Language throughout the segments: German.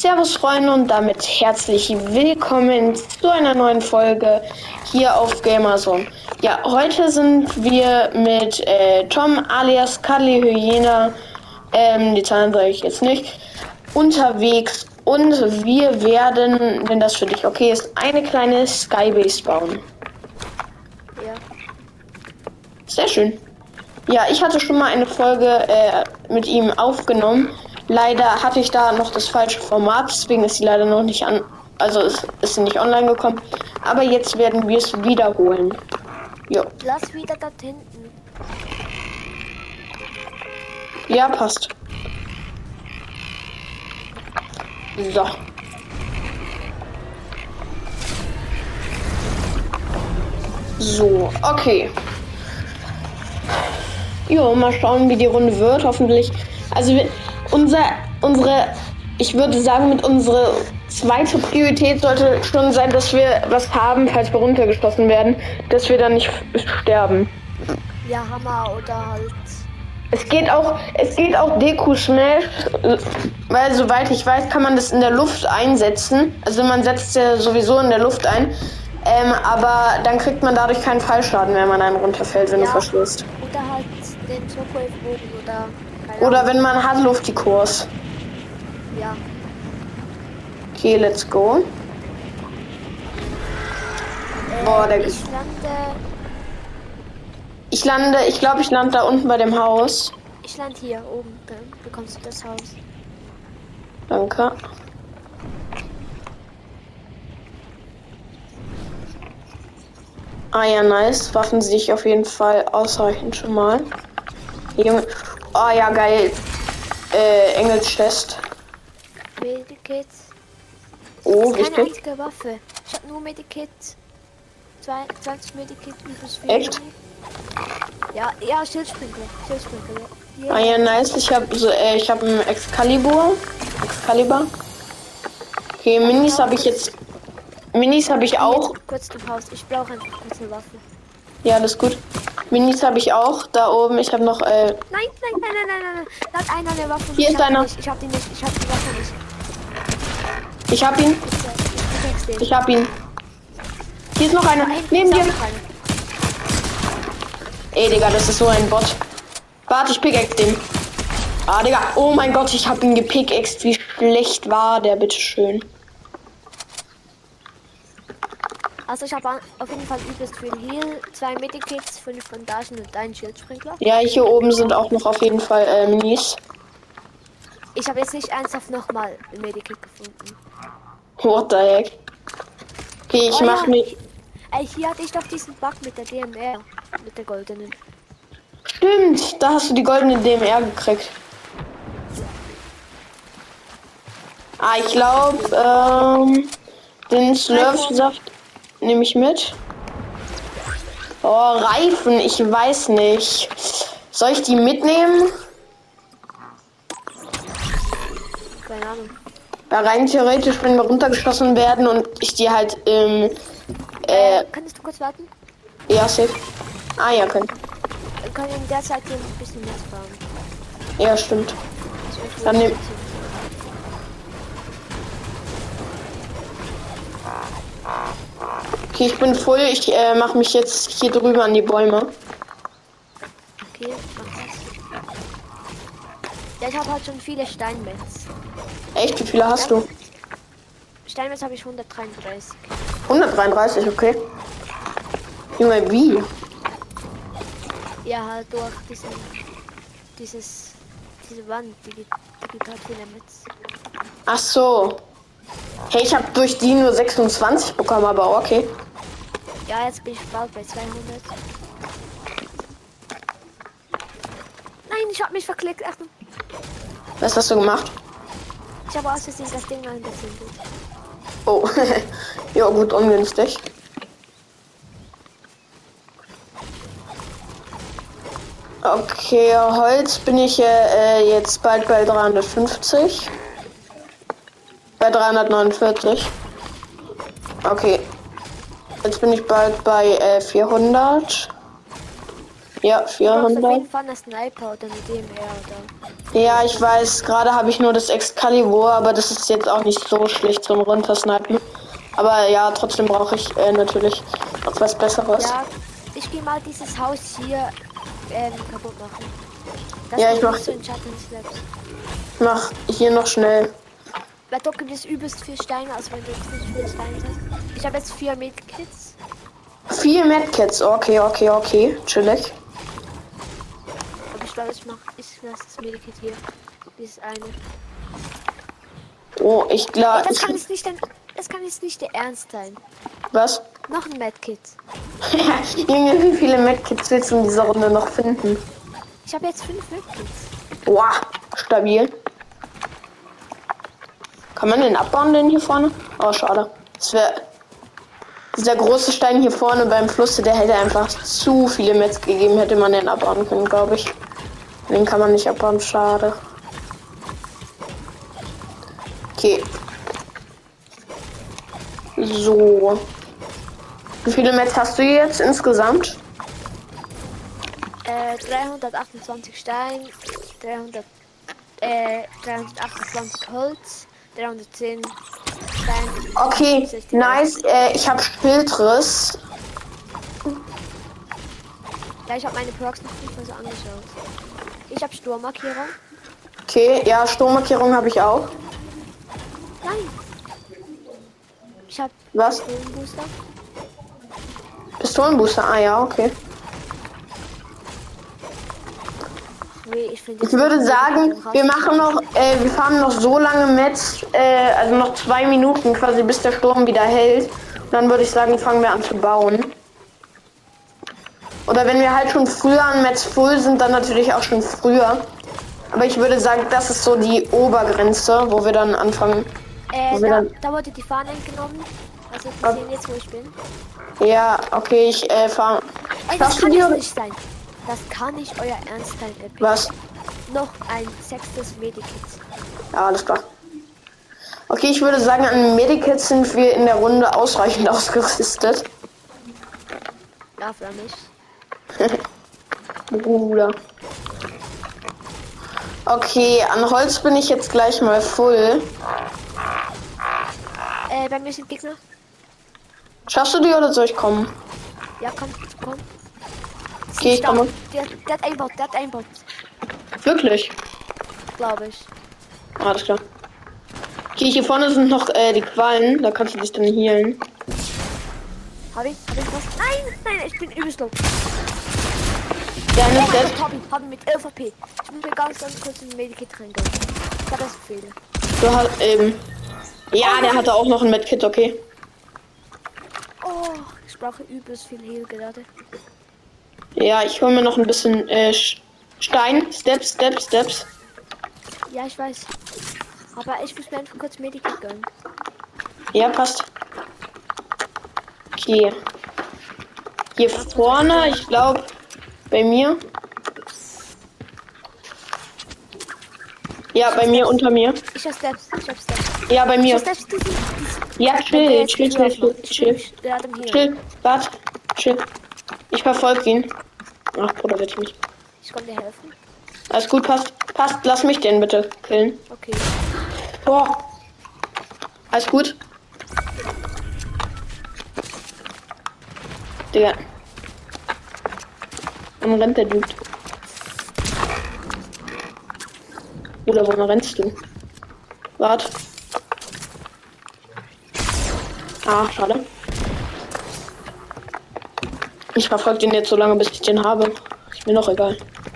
Servus Freunde und damit herzlich willkommen zu einer neuen Folge hier auf Gamerzone. Ja, heute sind wir mit Tom alias Cuddly Hyena, die Zahlen sage ich jetzt nicht, unterwegs und wir werden, wenn das für dich okay ist, eine kleine Skybase bauen. Ja. Sehr schön. Ja, ich hatte schon mal eine Folge mit ihm aufgenommen. Leider hatte ich da noch das falsche Format, deswegen ist sie leider noch nicht an, also ist sie nicht online gekommen. Aber jetzt werden wir es wiederholen. Jo. Lass wieder dort hinten. Ja, passt. So. So, okay. Jo, mal schauen, wie die Runde wird. Hoffentlich. Also ich würde sagen, mit unserer zweite Priorität sollte schon sein, dass wir was haben, falls wir runtergeschossen werden, dass wir dann nicht sterben. Ja, Hammer oder halt. Es geht auch Deku Smash, weil soweit ich weiß, kann man das in der Luft einsetzen. Also man setzt ja sowieso in der Luft ein. Aber dann kriegt man dadurch keinen Fallschaden, wenn man einen runterfällt, wenn du verschlust. Oder halt den Shockwave-Bogen oder. Oder wenn man hat Luftikurs. Ja. Okay, let's go. Boah, ich glaube, ich lande da unten bei dem Haus. Ich lande hier oben, dann bekommst du das Haus. Danke. Ah ja, nice. Waffen sehe ich auf jeden Fall ausreichend schon mal. Junge. Oh ja, geil. Engels Chest. Medikits. Oh, das ist keine wichtig. einzige Waffe. Ich habe nur Medikits. 20 Medikits plus 4. Echt? Ja, Schildsprinkler. Ah ja, nice. Ich habe einen Excalibur. Okay, Minis habe ich jetzt. Minis habe ich auch. Kurz zum Haus. Ich brauche einfach kurz eine Waffe. Ja, das ist gut. Minis habe ich auch. Da oben. Ich habe noch. Nein. Da hat einer eine Waffe. Hier ist einer. Ich habe die nicht. Ich habe die Waffe nicht. Ich habe ihn. Ich habe ihn. Hier ist noch einer. Neben dir. Ey, Digga, das ist so ein Bot. Warte, ich pickaxe den. Ah, Digga. Oh mein Gott, ich habe ihn gepickaxt. Wie schlecht war der, bitteschön. Also ich habe auf jeden Fall übelst viel Heal, 2 Medikits, 5 Bandagen und einen Schildsprinkler. Ja, hier oben sind auch noch auf jeden Fall Minis. Ich habe jetzt nicht ernsthaft nochmal ein Medikit gefunden. What the heck? Okay, ich mach mich. Ey, hier hatte ich doch diesen Bug mit der DMR, mit der goldenen. Stimmt, da hast du die goldene DMR gekriegt. Ah, ich glaube, den Slurfsaft nehme ich mit. Oh, Reifen, ich weiß nicht. Soll ich die mitnehmen? Keine Ahnung. Ja, rein theoretisch, wenn wir runtergeschossen werden und ich die halt Kannst du kurz warten? Ja, safe. Ah, ja, können. Wir können in der Zeit hier ein bisschen Netz fahren. Ja, stimmt. Dann nehm. Okay, ich bin voll. Ich mache mich jetzt hier drüber an die Bäume. Okay, mach das. Ja, ich habe halt schon viele Steinmetz. Echt? Wie viele hast du? Steinmetz habe ich 133. 133, okay. Junge, wie? Ja, halt durch diese Wand, die gibt halt viele Metz. Ach so. Hey, ich habe durch die nur 26 bekommen, aber okay. Ja, jetzt bin ich bald bei 200. Nein, ich habe mich verklickt. Achtung. Was hast du gemacht? Ich habe aus Versehen das Ding angezündet. Oh, ja gut, ungünstig. Okay, Holz bin ich jetzt bald bei 350. Bei 349. Okay. Jetzt bin ich bald bei 400. Ja, 400. Auf jeden Fall eine Sniper oder eine DMR oder. Ja, ich weiß, gerade habe ich nur das Excalibur, aber das ist jetzt auch nicht so schlecht zum Runtersnipen. Aber ja, trotzdem brauche ich natürlich noch was Besseres. Ja, ich gehe mal dieses Haus hier kaputt machen. Das Ja, ist ich mach- nicht so in Schatten Slabs. Mach hier noch schnell. Weil dort gibt es übelst viel Steine, also wenn du jetzt nicht viele Steine hast. Ich habe jetzt 4 Medkits. 4 Medkits, okay, chillig. Aber ich glaube, ich lasse das Medikit hier. Dieses eine. Oh, ich glaube, Das kann jetzt nicht der Ernst sein. was? Noch ein Medkit. Junge, wie viele Medkits willst du in dieser Runde noch finden? Ich habe jetzt 5 Medkits. Boah, stabil. Kann man den abbauen, den hier vorne? Oh, schade. Das wäre... Dieser große Stein hier vorne beim Fluss, der hätte einfach zu viele Mets gegeben, hätte man den abbauen können, glaube ich. Den kann man nicht abbauen, schade. Okay. So. Wie viele Mets hast du jetzt insgesamt? 328 Stein, 328 Holz, 310 Stein. Okay, 60. nice. Ich habe Schildriss. Ja, ich habe meine Prox noch nicht mal so angeschaut. Ich habe Sturmmarkierung. Okay, ja, Strommarkierung habe ich auch. Nein. Ich habe Was? Booster. Pistolenbooster, ah ja, okay. Nee, ich finde. Ich würde sagen, wir machen noch, wir fahren noch so lange mit, also noch 2 Minuten quasi, bis der Sturm wieder hält. Dann würde ich sagen, fangen wir an zu bauen. Oder wenn wir halt schon früher an Metz full sind, dann natürlich auch schon früher. Aber ich würde sagen, das ist so die Obergrenze, wo wir dann anfangen. Da wurde die Fahne entgenommen. Also wir sehen jetzt, wo ich bin. Ja, okay, ich fahre. Ey, das kann jetzt nicht sein. Das kann nicht euer Ernst sein, Epic. Was? Noch ein 6. Medikit. Ja, alles klar. Okay, ich würde sagen, an Medikits sind wir in der Runde ausreichend ausgerüstet. Dafür nicht. Bruder. Okay, an Holz bin ich jetzt gleich mal full. Bei mir sind Gegner. Schaffst du die oder soll ich kommen? Ja, komm. Okay, ich komme. Der hat Aimbot. Wirklich? Glaube ich. Alles klar. Okay, hier vorne sind noch die Quallen. Da kannst du dich dann healen. Hab ich was? Nein, ich bin übelst low. Der eine Oh ist mein dead. Gott, hab ihn mit 11 AP. Ich muss mir ganz kurz in den Medikit reingehen. Ich hab das Fehler. Du hast eben. Ja, der hatte auch noch ein Medkit, okay. Oh, ich brauche übelst viel Heal gerade. Ja, ich hole mir noch ein bisschen Stein. Steps. Ja, ich weiß. Aber ich muss mir einfach kurz Medikit gönnen. Ja, passt. Okay. Hier vorne, ich glaube, bei mir. Ja, bei mir, unter mir. Ich hab Steps. Ja, bei mir. Ich hab Steps, Ja, chill. Warte. Chill. Ich verfolge ihn. Ach, Bruder, bitte nicht. Ich kann dir helfen. Alles gut, passt. Lass mich den bitte killen. Okay. Boah. Alles gut. Digga. Warum rennt der Dude? Oder wo rennst du? Warte. Ah, schade. Ich verfolge den jetzt so lange, bis ich den habe. Ist mir noch egal.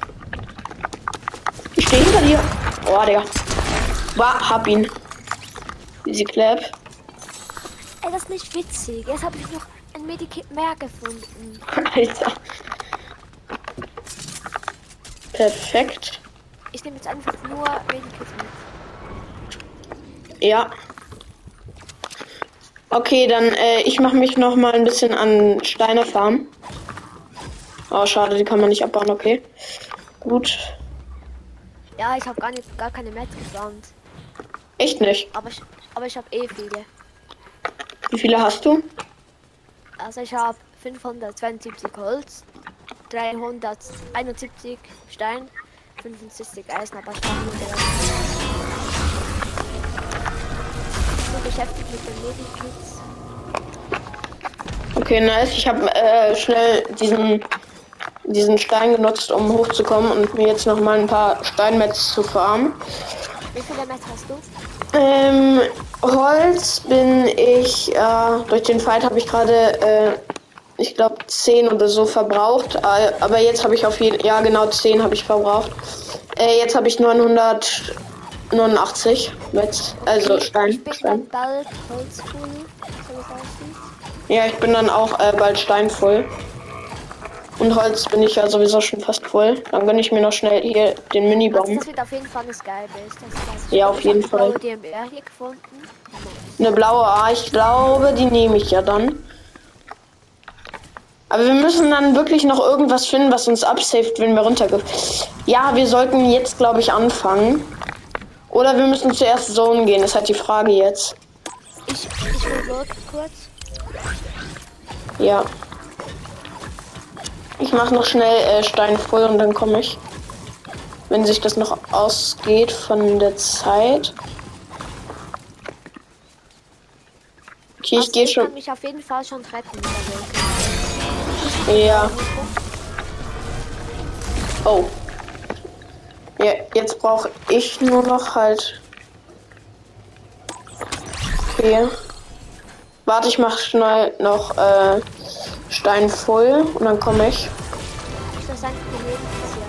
Ich stehe hinter dir. Oh, Digga. Hab ihn. Easy clap. Ey, das ist nicht witzig. Jetzt habe ich noch ein Medikit mehr gefunden. Alter. Perfekt. Ich nehme jetzt einfach nur Medikit mit. Ja. Okay, dann ich mache mich noch mal ein bisschen an Steine farmen. Oh, schade, die kann man nicht abbauen, okay. Gut. Ja, ich habe gar keine Mets gefarmt. Echt nicht? Aber ich habe eh viele. Wie viele hast du? Also ich habe 572 Holz, 371 Stein, 65 Eisen, aber ich war nur der so beschäftigt mit den Medikits. Okay, nice. Ich habe schnell diesen Stein genutzt, um hochzukommen und mir jetzt noch mal ein paar Steinmetz zu farmen. Wie viele Metz hast du? Holz bin ich, durch den Fight habe ich gerade, ich glaube 10 oder so verbraucht, aber jetzt habe ich auf jeden, ja genau 10 habe ich verbraucht. Jetzt habe ich 989 Metz, also Stein. Ich bin dann bald holzvoll, so wie es aussieht. Ja, ich bin dann auch bald steinvoll. Und Holz bin ich ja sowieso schon fast voll. Dann gönne ich mir noch schnell hier den Minibaum. Das wird auf jeden Fall eine Skybase. Das weiß ich. Ja, auf jeden Ich habe Fall. eine blaue DMR hier gefunden. Eine blaue A, ich glaube, die nehme ich ja dann. Aber wir müssen dann wirklich noch irgendwas finden, was uns absaved, wenn wir runtergehen. Ja, wir sollten jetzt, glaube ich, anfangen. Oder wir müssen zuerst Zone gehen, ist halt die Frage jetzt. Ich will Work kurz. Ja. Ich mache noch schnell Stein voll und dann komme ich. Wenn sich das noch ausgeht von der Zeit. Okay, ich gehe Ich schon. kann mich auf jeden Fall schon retten mit der Wolke. Ja. Oh. Ja, jetzt brauche ich nur noch halt. Okay. Warte, ich mache schnell noch Stein voll und dann komme ich. Ich das einfach daneben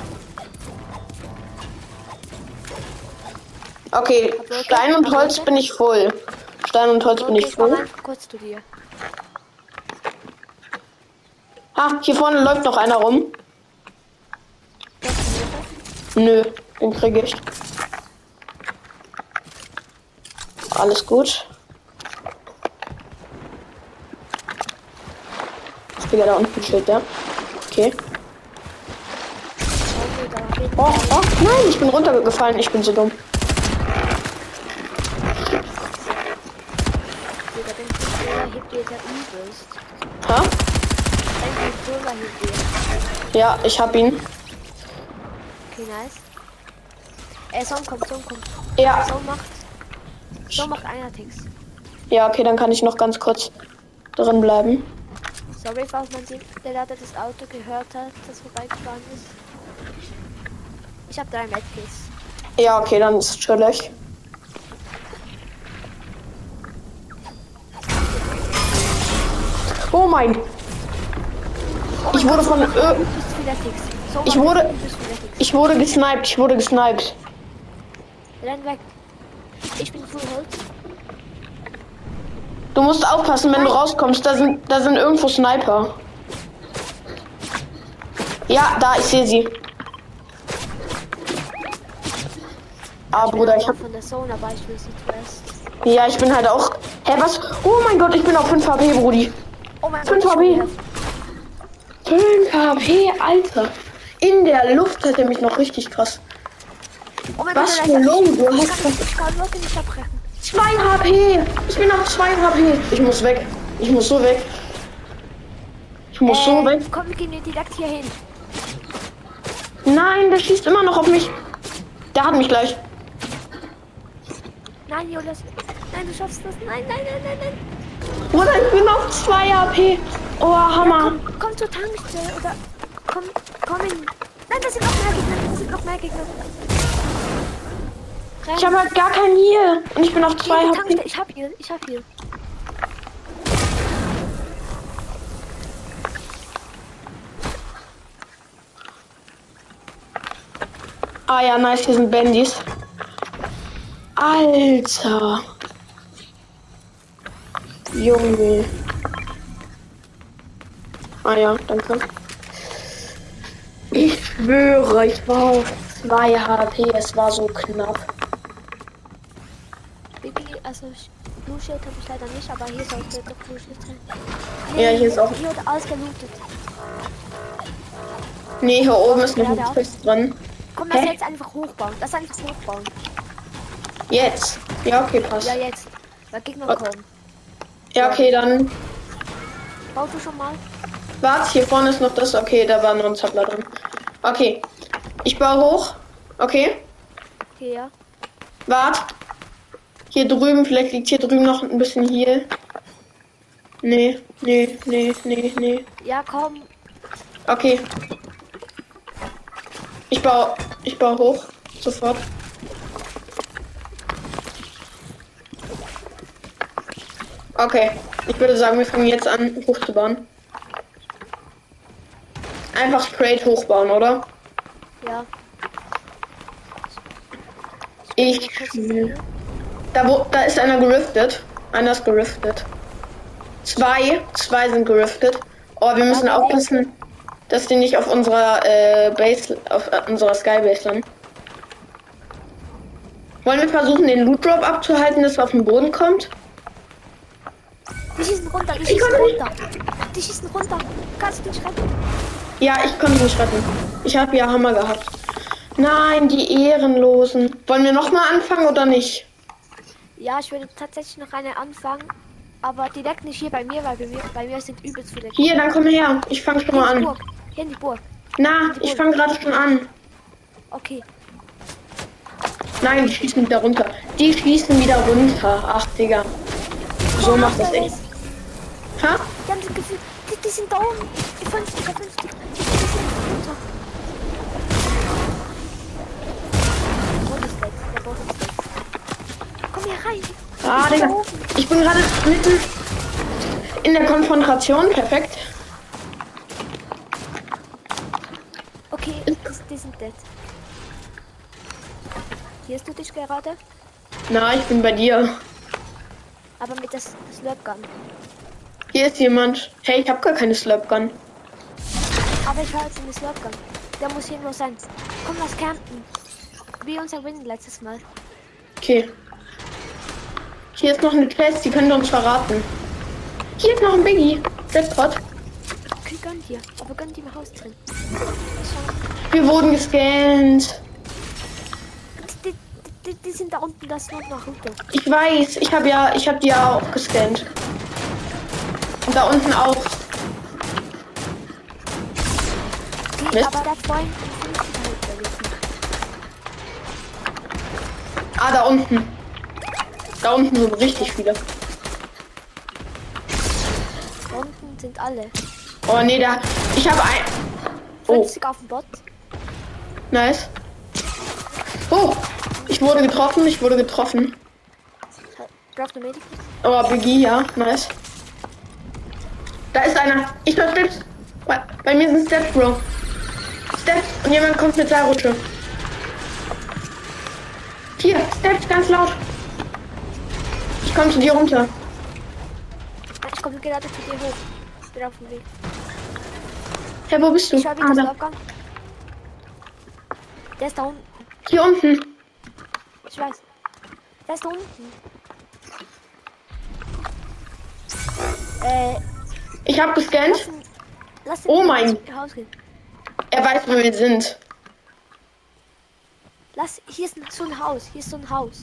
Okay, Stein und Holz bin ich voll. Stein und Holz bin ich ich komme voll. einfach kurz zu dir. Ah, hier vorne läuft noch einer rum. Nö, den kriege ich. Alles gut. Digga, da unten steht der. Okay. Oh, oh, nein, ich bin runtergefallen. Ich bin so dumm. Digga, den Controller hebt ihr der übelst. Ha? Dein Controller hebt ihr. Ja, ich hab ihn. Okay, nice. Son kommt. Ja. So macht einer Tix. Ja, okay, dann kann ich noch ganz kurz drin bleiben. Sorry, falls man sieht, der leider das Auto gehört hat, das vorbeigefahren ist. Ich habe 3 Medkits. Ja, okay, dann ist es chillig. Oh mein. Ich wurde von Du bist wieder Tix. So Ich macht wurde- er, du bist wieder Tix. Ich wurde gesniped. Renn weg. Ich bin Full Holz. Du musst aufpassen, wenn du rauskommst. Da sind irgendwo Sniper. Ja, da, ich sehe sie. Ah, Bruder, ich hab. Von der Zone, aber ich will sie zuerst. Ja, ich bin halt auch. Hä, was? Oh mein Gott, ich bin auf 5 HP, Brudi. Oh mein 5 Gott, HP. 5 HP, Alter. In der Luft hat er mich noch richtig krass. Oh mein Was Gott, für Low, du hast ich kann wirklich nicht abbrechen. 2 HP. Ich bin auf 2 HP. Ich muss weg. Ich muss so weg. Ich muss so weg. Komm, wir gehen direkt hier hin. Nein, der schießt immer noch auf mich. Der hat mich gleich. Nein, Jonas. Nein, du schaffst das. Nein. Bruder, ich bin auf 2 HP. Oh, Hammer. Komm zur Tankstelle oder komm in. Nein, das sind noch mehr Gegner. Ich habe halt gar keinen Heal. Und ich bin auf 2 HP. Ich hab hier. Ah ja, nice, hier sind Bandys. Alter. Junge. Ah ja, danke. Ich schwöre, ich war auf 2 HP. Es war so knapp. Baby, also Blue Shield habe ich leider nicht, aber hier sollte doch Blue Shield sein. Ja, hier ist auch. Hier wird alles gelootet. Nee, hier oben ist noch ein Twist drin. Komm, lass Hä? jetzt einfach hochbauen. Jetzt. Ja, okay, passt. Ja, jetzt. Weil Gegner Okay. kommen. Ja, okay, dann. Bau du schon mal? Warte, hier vorne ist noch das. Okay, da war noch ein Zappler drin. Okay. Ich baue hoch. Okay. Okay, ja. Wart. Hier drüben, vielleicht liegt hier drüben noch ein bisschen Heal. Nee. Ja, komm. Okay. Ich baue hoch. Sofort. Okay. Ich würde sagen, wir fangen jetzt an, hochzubauen. Einfach straight hochbauen, oder? Ja. Ich will. Da ist einer geriftet. Einer ist geriftet. Zwei sind geriftet. Oh, wir müssen aufpassen, dass die nicht auf unserer Base, auf unserer Skybase landen. Wollen wir versuchen, den Loot Drop abzuhalten, dass er auf den Boden kommt? Die schießen runter, Die schießen runter. Kannst du dich retten? Ja, ich konnte mich retten. Ich habe ja Hammer gehabt. Nein, die Ehrenlosen. Wollen wir nochmal anfangen oder nicht? Ja, ich würde tatsächlich noch eine anfangen. Aber direkt nicht hier bei mir, weil bei mir sind übelst viele. Hier, dann komm her. Ich fange schon mal an. Hier in die Burg. Na, ich fange gerade schon an. Okay. Nein, die schießen wieder runter. Die schießen wieder runter. Ach, Digga. So macht das echt. Ha? Die haben das Gefühl, die sind da oben. Die 50. Die sind runter. Der Boden ist weg. Komm hier rein. Ah, Digga. Ich bin gerade mitten in der Konfrontation. Perfekt. Okay, die sind dead. Hier hast du dich gerade? Na, ich bin bei dir. Aber mit der Slurpgun. Hier ist jemand. Hey, ich habe gar keine Slurpgun. Aber ich halte eine Slurpgun. Der muss hier nur sein. Komm, lass campen. Wie unser Win letztes Mal. Okay. Hier ist noch eine Quest, die können uns verraten. Hier ist noch ein Biggie. Jackpot. Okay, gönn dir. Aber gönn dir im Haus drin. Wir wurden gescannt. Die sind da unten, das noch nach unten. Ich weiß, ich habe die ja auch gescannt. Und da unten auch. Okay, aber da vorhin Ah, da unten. Da unten sind richtig viele. Da unten sind alle. Oh nee, ich habe ein. Oh, 50 auf dem Bot. nice. Oh, ich wurde getroffen. Braucht eine Medic. Oh, Biggie, ja, nice. Da ist einer. Ich höre Steps. Bei mir sind Steps, Bro. Steps und jemand kommt mit Seilrutsche. Hier, Steps, ganz laut. Ich komme zu dir runter. Ich komme gerade zu dir hoch. Ich bin auf dem Weg. Hey, wo bist du? Ich habe wieder Da. Abgang. Der ist da unten. Hier unten. Ich weiß. Der ist da unten. Ich habe gescannt. Lass ihn Oh mein. Haus gehen. Er weiß, wo wir sind. Hier ist so ein Haus. Hier ist so ein Haus.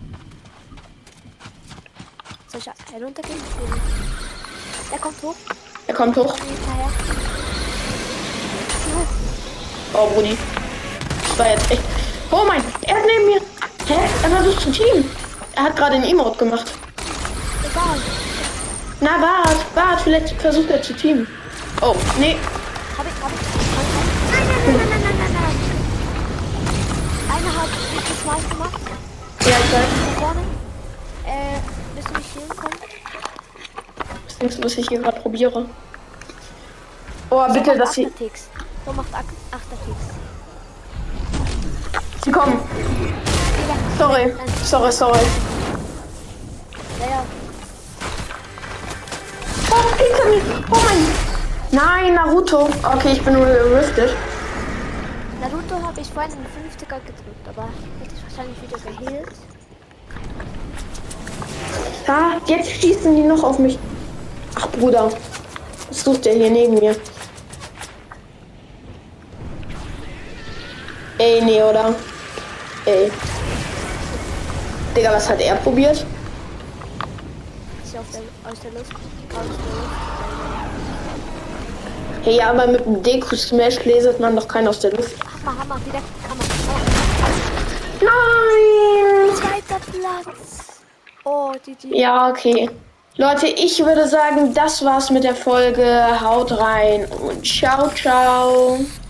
Soll ich heruntergehen? Der kommt hoch. Er kommt hoch. Hinterher. Oh, Brudi. Das war jetzt echt. Oh mein, er ist neben mir. Hä? Er versucht zu teamen. Er hat gerade einen Emote gemacht. Egal. Na, wart, vielleicht versucht er zu teamen. Oh, nee. Hab ich. Nein. Einer hat das Mal gemacht. Ja, ich weiß. Da vorne. Willst du mich healen kommen? Was denkst du, was ich hier gerade probiere? Oh, bitte, dass sie. So macht 8er Ticks. Sie kommen. Sorry. Ja. Oh, hinter mir. Oh mein. Nein, Naruto. Okay, ich bin nur geriftet. Naruto habe ich vorhin einen 50er gedrückt, aber hätte ich wahrscheinlich wieder geheilt. Ja, jetzt schießen die noch auf mich. Ach, Bruder. Was sucht der hier neben mir? Ey, nee, oder? Ey. Digga, was hat er probiert? Ist aus der Luft. Hey, ja, aber mit dem Deku-Smash lasert man doch keinen aus der Luft. Hammer, direkt Hammer. Nein! Zweiter Platz. Oh, die. Ja, okay. Leute, ich würde sagen, das war's mit der Folge. Haut rein und ciao, ciao.